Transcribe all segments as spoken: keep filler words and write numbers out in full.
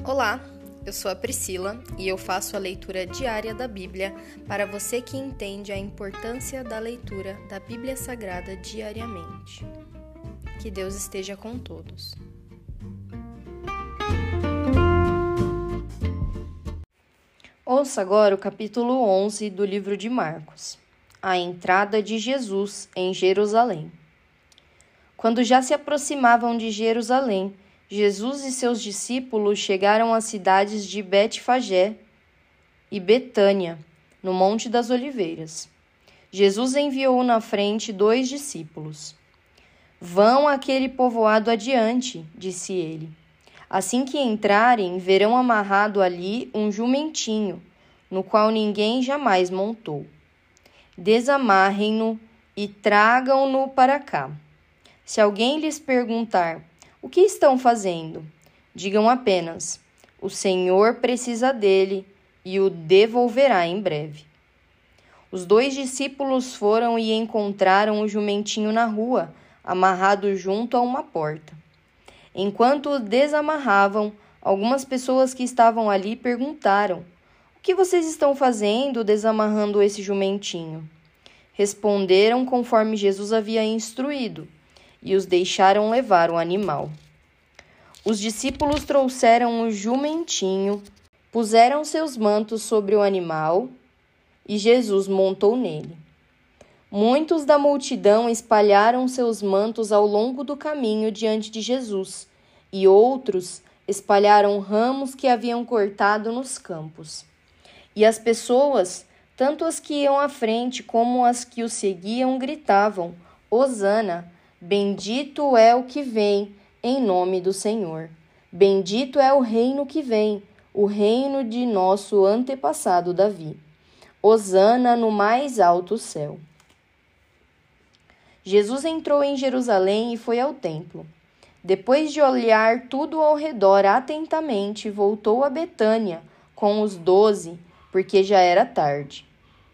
Olá, eu sou a Priscila e eu faço a leitura diária da Bíblia para você que entende a importância da leitura da Bíblia Sagrada diariamente. Que Deus esteja com todos. Ouça agora o capítulo onze do livro de Marcos, a entrada de Jesus em Jerusalém. Quando já se aproximavam de Jerusalém, Jesus e seus discípulos chegaram às cidades de Betfagé e Betânia, no Monte das Oliveiras. Jesus enviou na frente dois discípulos. Vão àquele povoado adiante, disse ele. Assim que entrarem, verão amarrado ali um jumentinho, no qual ninguém jamais montou. Desamarrem-no e tragam-no para cá. Se alguém lhes perguntar: o que estão fazendo? Digam apenas: o Senhor precisa dele e o devolverá em breve. Os dois discípulos foram e encontraram o jumentinho na rua, amarrado junto a uma porta. Enquanto o desamarravam, algumas pessoas que estavam ali perguntaram: o que vocês estão fazendo desamarrando esse jumentinho? Responderam conforme Jesus havia instruído, e os deixaram levar o animal. Os discípulos trouxeram o jumentinho, puseram seus mantos sobre o animal e Jesus montou nele. Muitos da multidão espalharam seus mantos ao longo do caminho diante de Jesus, e outros espalharam ramos que haviam cortado nos campos. E as pessoas, tanto as que iam à frente como as que o seguiam, gritavam: Hosana! Bendito é o que vem em nome do Senhor. Bendito é o reino que vem, o reino de nosso antepassado Davi. Hosana no mais alto céu. Jesus entrou em Jerusalém e foi ao templo. Depois de olhar tudo ao redor atentamente, voltou a Betânia com os doze, porque já era tarde.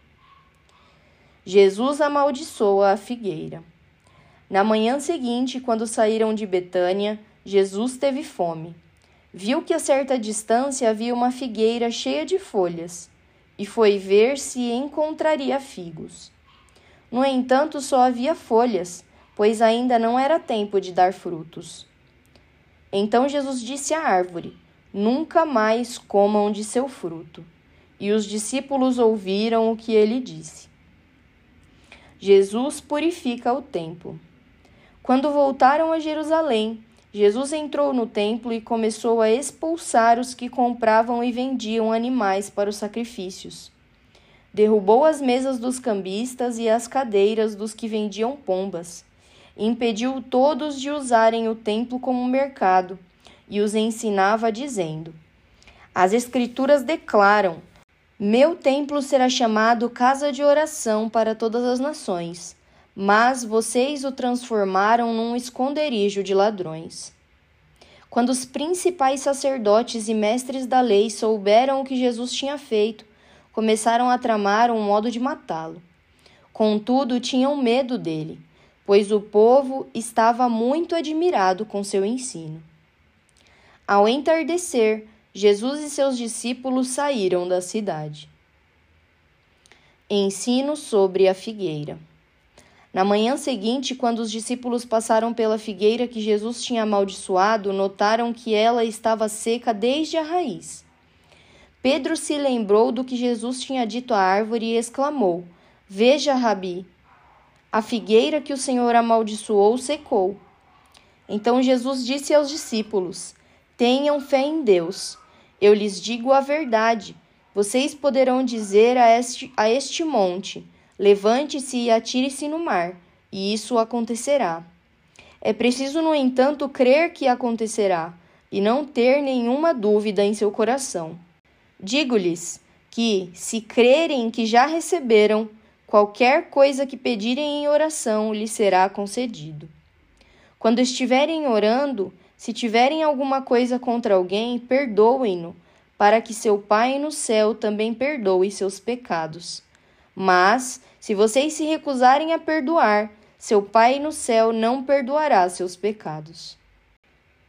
Jesus amaldiçoa a figueira. Na manhã seguinte, quando saíram de Betânia, Jesus teve fome. Viu que a certa distância havia uma figueira cheia de folhas, e foi ver se encontraria figos. No entanto, só havia folhas, pois ainda não era tempo de dar frutos. Então Jesus disse à árvore: nunca mais comam de seu fruto. E os discípulos ouviram o que ele disse. Jesus purifica o templo. Quando voltaram a Jerusalém, Jesus entrou no templo e começou a expulsar os que compravam e vendiam animais para os sacrifícios. Derrubou as mesas dos cambistas e as cadeiras dos que vendiam pombas. Impediu todos de usarem o templo como mercado e os ensinava dizendo: as Escrituras declaram: meu templo será chamado casa de oração para todas as nações. Mas vocês o transformaram num esconderijo de ladrões. Quando os principais sacerdotes e mestres da lei souberam o que Jesus tinha feito, começaram a tramar um modo de matá-lo. Contudo, tinham medo dele, pois o povo estava muito admirado com seu ensino. Ao entardecer, Jesus e seus discípulos saíram da cidade. Ensino sobre a figueira. Na manhã seguinte, quando os discípulos passaram pela figueira que Jesus tinha amaldiçoado, notaram que ela estava seca desde a raiz. Pedro se lembrou do que Jesus tinha dito à árvore e exclamou: veja, Rabi, a figueira que o Senhor amaldiçoou secou. Então Jesus disse aos discípulos: tenham fé em Deus. Eu lhes digo a verdade. Vocês poderão dizer a este, a este monte: levante-se e atire-se no mar, e isso acontecerá. É preciso, no entanto, crer que acontecerá, e não ter nenhuma dúvida em seu coração. Digo-lhes que, se crerem que já receberam, qualquer coisa que pedirem em oração lhes será concedido. Quando estiverem orando, se tiverem alguma coisa contra alguém, perdoem-no, para que seu Pai no céu também perdoe seus pecados. Mas, se vocês se recusarem a perdoar, seu Pai no céu não perdoará seus pecados.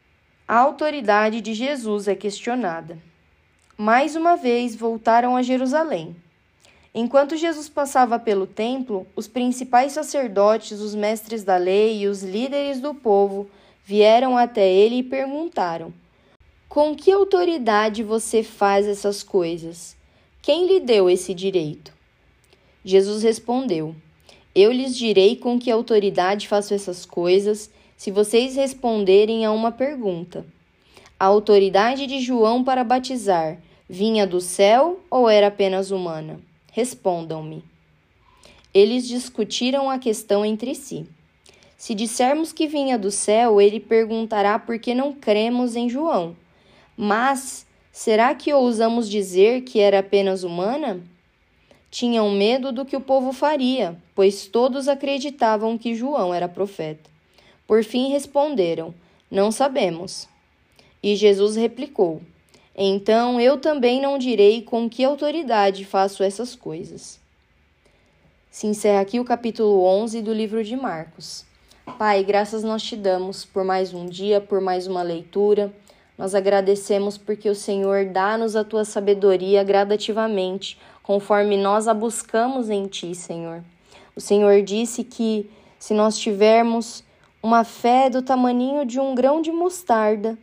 A autoridade de Jesus é questionada. Mais uma vez voltaram a Jerusalém. Enquanto Jesus passava pelo templo, os principais sacerdotes, os mestres da lei e os líderes do povo vieram até ele e perguntaram: com que autoridade você faz essas coisas? Quem lhe deu esse direito? Jesus respondeu: eu lhes direi com que autoridade faço essas coisas, se vocês responderem a uma pergunta. A autoridade de João para batizar vinha do céu ou era apenas humana? Respondam-me. Eles discutiram a questão entre si. Se dissermos que vinha do céu, ele perguntará por que não cremos em João. Mas, será que ousamos dizer que era apenas humana? Tinham medo do que o povo faria, pois todos acreditavam que João era profeta. Por fim responderam: não sabemos. E Jesus replicou: então eu também não direi com que autoridade faço essas coisas. Se encerra aqui o capítulo onze do livro de Marcos. Pai, graças nós te damos por mais um dia, por mais uma leitura. Nós agradecemos porque o Senhor dá-nos a tua sabedoria gradativamente, conforme nós a buscamos em ti, Senhor. O Senhor disse que se nós tivermos uma fé do tamaninho de um grão de mostarda,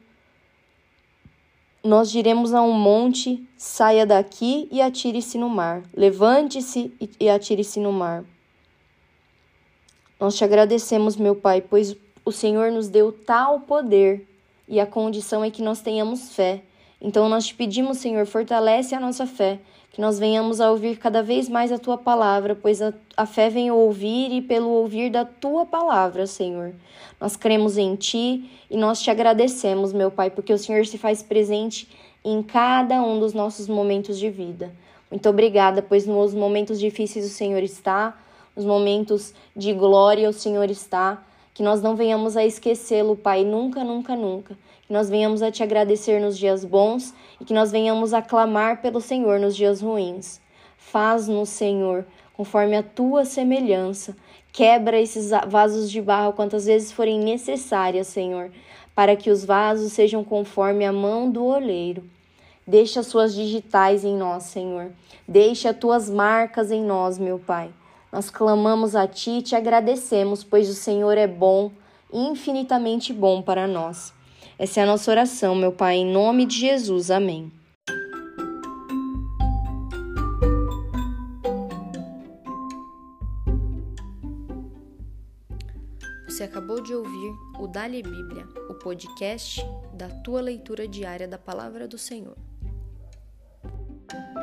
nós diremos a um monte: saia daqui e atire-se no mar. Levante-se e atire-se no mar. Nós te agradecemos, meu Pai, pois o Senhor nos deu tal poder e a condição é que nós tenhamos fé. Então nós te pedimos, Senhor, fortalece a nossa fé, que nós venhamos a ouvir cada vez mais a Tua palavra, pois a, a fé vem ao ouvir e pelo ouvir da Tua palavra, Senhor. Nós cremos em Ti e nós te agradecemos, meu Pai, porque o Senhor se faz presente em cada um dos nossos momentos de vida. Muito obrigada, pois nos momentos difíceis o Senhor está, nos momentos de glória o Senhor está, que nós não venhamos a esquecê-lo, Pai, nunca, nunca, nunca. Que nós venhamos a te agradecer nos dias bons e que nós venhamos a clamar pelo Senhor nos dias ruins. Faz-nos, Senhor, conforme a tua semelhança. Quebra esses vasos de barro quantas vezes forem necessárias, Senhor, para que os vasos sejam conforme a mão do oleiro. Deixa as suas digitais em nós, Senhor. Deixa as tuas marcas em nós, meu Pai. Nós clamamos a Ti e te agradecemos, pois o Senhor é bom, infinitamente bom para nós. Essa é a nossa oração, meu Pai, em nome de Jesus. Amém. Você acabou de ouvir o Dali Bíblia, o podcast da tua leitura diária da Palavra do Senhor.